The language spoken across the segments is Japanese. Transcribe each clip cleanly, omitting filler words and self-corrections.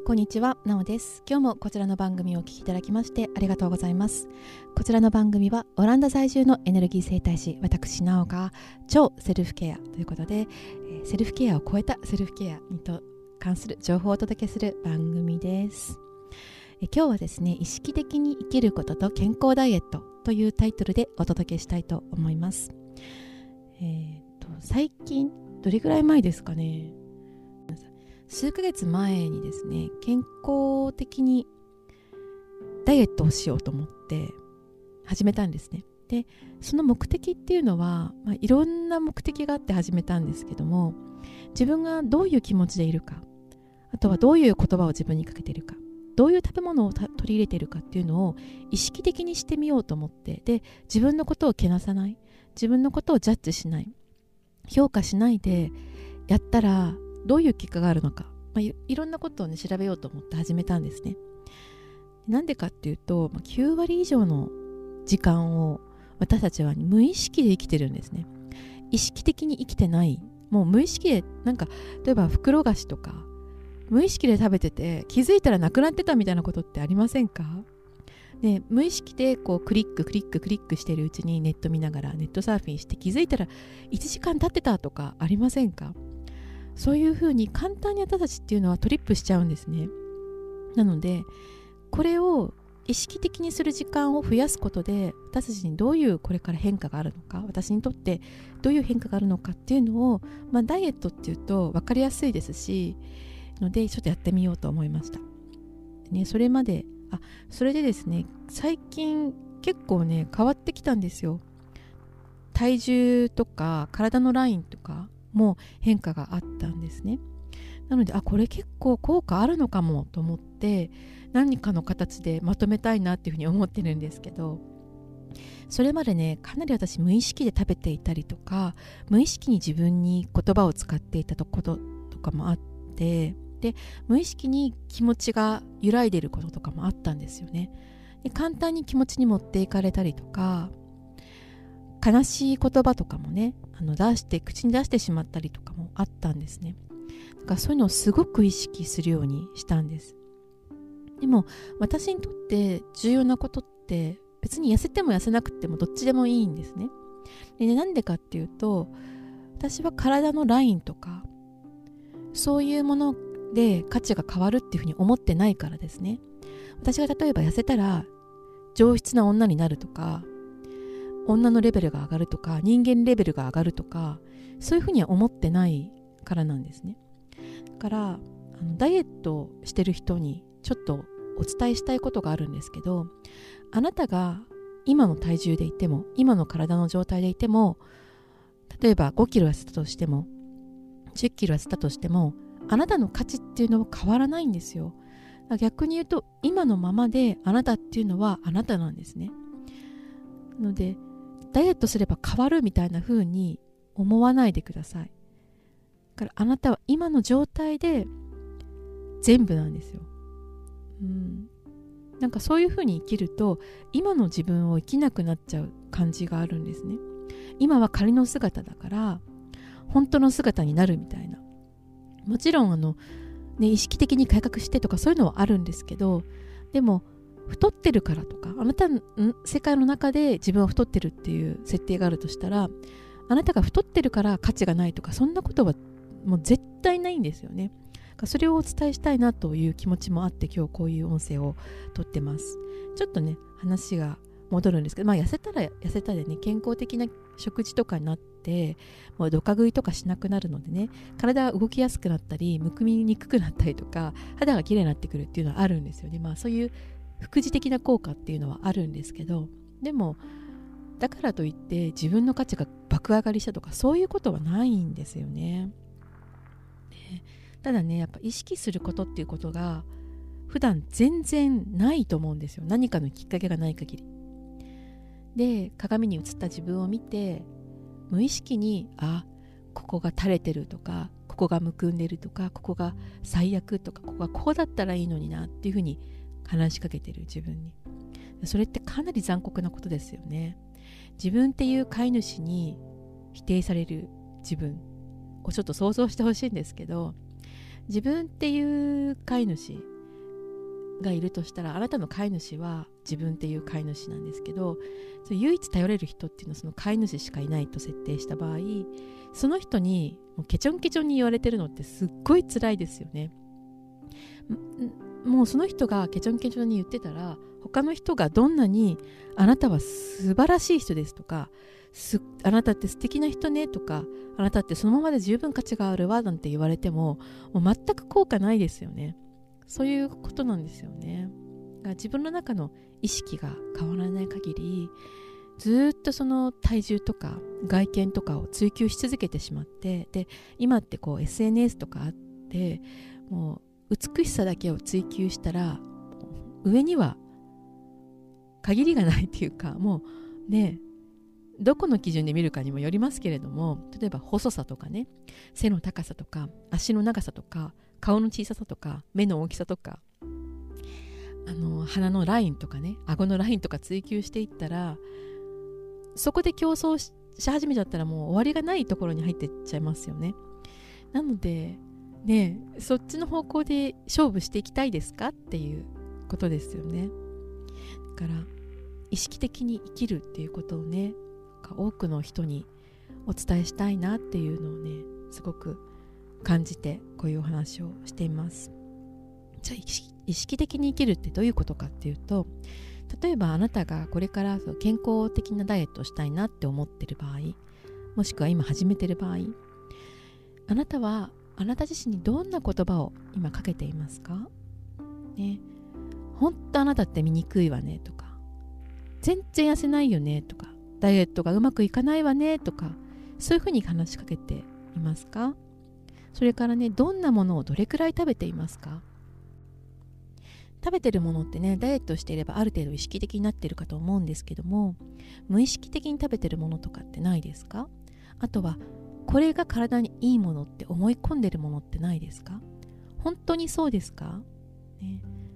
こんにちは、なおです。今日もこちらの番組をお聞きいただきましてありがとうございます。こちらの番組はオランダ在住のエネルギー整体師、私なおが超セルフケアということで、セルフケアを超えたセルフケアに関する情報をお届けする番組です。今日はですね、意識的に生きることと健康ダイエットというタイトルでお届けしたいと思います。最近どれぐらい前ですかね、数ヶ月前にですね、健康的にダイエットをしようと思って始めたんですね。で、その目的っていうのは、いろんな目的があって始めたんですけども、自分がどういう気持ちでいるか、あとはどういう言葉を自分にかけているか、どういう食べ物を取り入れているかっていうのを意識的にしてみようと思って、で、自分のことをけなさない、自分のことをジャッジしない、評価しないでやったらどういう結果があるのか、いろんなことをね調べようと思って始めたんですね。なんでかっていうと、9割以上の時間を私たちは無意識で生きてるんですね。意識的に生きてない。もう無意識で、例えば袋菓子とか無意識で食べてて気づいたらなくなってたみたいなことってありませんか？ね、無意識でこうクリックしているうちにネット見ながらネットサーフィンして気づいたら1時間経ってたとかありませんか？そういうふうに簡単に私たちっていうのはトリップしちゃうんですね。なのでこれを意識的にする時間を増やすことで、私たちにどういうこれから変化があるのか、私にとってどういう変化があるのかっていうのを、ダイエットっていうと分かりやすいですしので、ちょっとやってみようと思いましたね。それでですね、最近結構ね変わってきたんですよ。体重とか体のラインとかも変化があったんですね。なのでこれ結構効果あるのかもと思って、何かの形でまとめたいなっていうふうに思ってるんですけど、それまでねかなり私無意識で食べていたりとか、無意識に自分に言葉を使っていたこととかもあって、で無意識に気持ちが揺らいでいることとかもあったんですよね。で、簡単に気持ちに持っていかれたりとか、悲しい言葉とかもね口に出してしまったりとかもあったんですね。だからそういうのをすごく意識するようにしたんです。でも私にとって重要なことって別に痩せても痩せなくてもどっちでもいいんですね。で、なんでかっていうと、私は体のラインとかそういうもので価値が変わるっていうふうに思ってないからですね。私が例えば痩せたら上質な女になるとか、女のレベルが上がるとか、人間レベルが上がるとか、そういうふうには思ってないからなんですね。だからダイエットしてる人にちょっとお伝えしたいことがあるんですけど、あなたが今の体重でいても、今の体の状態でいても、例えば5キロ痩せたとしても10キロ痩せたとしても、あなたの価値っていうのは変わらないんですよ。逆に言うと、今のままであなたっていうのはあなたなんですね。なのでダイエットすれば変わるみたいな風に思わないでください。だからあなたは今の状態で全部なんですよ。そういう風に生きると、今の自分を生きなくなっちゃう感じがあるんですね。今は仮の姿だから本当の姿になるみたいな。もちろん意識的に改革してとかそういうのはあるんですけど、でも太ってるからとか、あなたの世界の中で自分は太ってるっていう設定があるとしたら、あなたが太ってるから価値がないとか、そんなことはもう絶対ないんですよね。それをお伝えしたいなという気持ちもあって、今日こういう音声をとってます。ちょっとね話が戻るんですけど、痩せたら痩せたでね、健康的な食事とかになって、もうドカ食いとかしなくなるのでね、体が動きやすくなったり、むくみにくくなったりとか、肌が綺麗になってくるっていうのはあるんですよね。そういう副次的な効果っていうのはあるんですけど、でもだからといって自分の価値が爆上がりしたとか、そういうことはないんですよね。ただね、やっぱ意識することっていうことが普段全然ないと思うんですよ。何かのきっかけがない限りで、鏡に映った自分を見て無意識にここが垂れてるとか、ここがむくんでるとか、ここが最悪とか、ここがこうだったらいいのになっていうふうに話しかけてる自分に、それってかなり残酷なことですよね。自分っていう飼い主に否定される自分をちょっと想像してほしいんですけど、自分っていう飼い主がいるとしたら、あなたの飼い主は自分っていう飼い主なんですけど、唯一頼れる人っていうのはその飼い主しかいないと設定した場合、その人にもうケチョンケチョンに言われてるのってすっごい辛いですよね。もうその人がケチョンケチョンに言ってたら、他の人がどんなにあなたは素晴らしい人ですとか、あなたって素敵な人ねとか、あなたってそのままで十分価値があるわなんて言われても、もう全く効果ないですよね。そういうことなんですよね。自分の中の意識が変わらない限り、ずっとその体重とか外見とかを追求し続けてしまって、で今ってこう SNS とかあって、もう美しさだけを追求したら上には限りがないっていうか、もうね、どこの基準で見るかにもよりますけれども、例えば細さとかね、背の高さとか足の長さとか顔の小ささとか目の大きさとか、鼻のラインとかね、顎のラインとか追求していったら、そこで競争 し始めちゃったらもう終わりがないところに入っていっちゃいますよね。なのでね、そっちの方向で勝負していきたいですかっていうことですよね。だから意識的に生きるっていうことをね、多くの人にお伝えしたいなっていうのをね、すごく感じてこういうお話をしています。じゃあ意識的に生きるってどういうことかっていうと、例えばあなたがこれから健康的なダイエットをしたいなって思ってる場合、もしくは今始めてる場合、あなたはあなた自身にどんな言葉を今かけていますかね。本当あなたって醜いわねとか、全然痩せないよねとか、ダイエットがうまくいかないわねとか、そういうふうに話しかけていますか？それからね、どんなものをどれくらい食べていますか？食べてるものってね、ダイエットしていればある程度意識的になっているかと思うんですけども、無意識的に食べてるものとかってないですか？あとはこれが体にいいものって思い込んでるものってないですか？本当にそうですか？ね、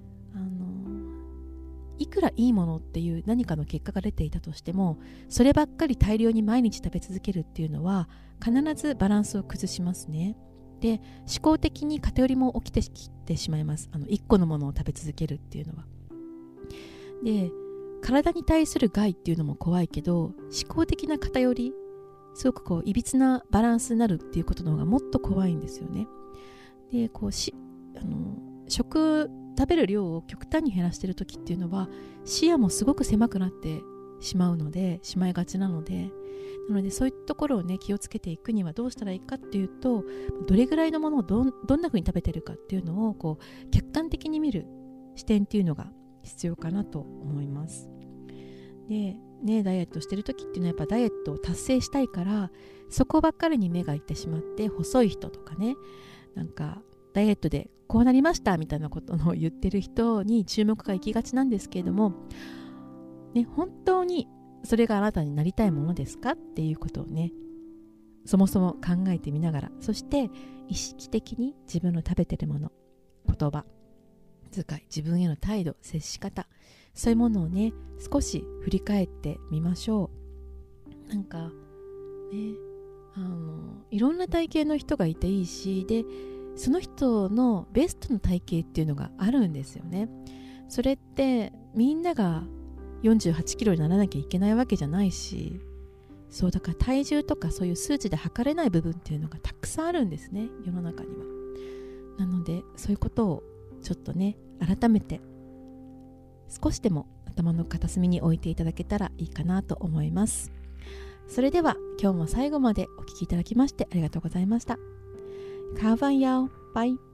いくらいいものっていう何かの結果が出ていたとしても、そればっかり大量に毎日食べ続けるっていうのは必ずバランスを崩しますね。で、思考的に偏りも起きてきてしまいます。一個のものを食べ続けるっていうのは。で、体に対する害っていうのも怖いけど、思考的な偏り、すごくこういびつなバランスになるっていうことの方がもっと怖いんですよね。で、こう食べる量を極端に減らしている時っていうのは、視野もすごく狭くなってしまいがちなので、そういうところをね、気をつけていくにはどうしたらいいかっていうと、どれぐらいのものをどんな風に食べてるかっていうのをこう客観的に見る視点っていうのが必要かなと思います。でね、ダイエットしてる時っていうのはやっぱダイエットを達成したいから、そこばっかりに目がいってしまって、細い人とかね、なんかダイエットでこうなりましたみたいなことを言ってる人に注目が行きがちなんですけれども、ね、本当にそれがあなたになりたいものですかっていうことをね、そもそも考えてみながら、そして意識的に自分の食べてるもの、言葉遣い、自分への態度、接し方、そういうものをね、少し振り返ってみましょう。なんかね、いろんな体型の人がいていいし、でその人のベストの体型っていうのがあるんですよね。それってみんなが48キロにならなきゃいけないわけじゃないし、そうだから体重とかそういう数値で測れない部分っていうのがたくさんあるんですね、世の中には。なのでそういうことをちょっとね、改めて少しでも頭の片隅に置いていただけたらいいかなと思います。それでは今日も最後までお聞きいただきましてありがとうございました。カーバンヤオバイ。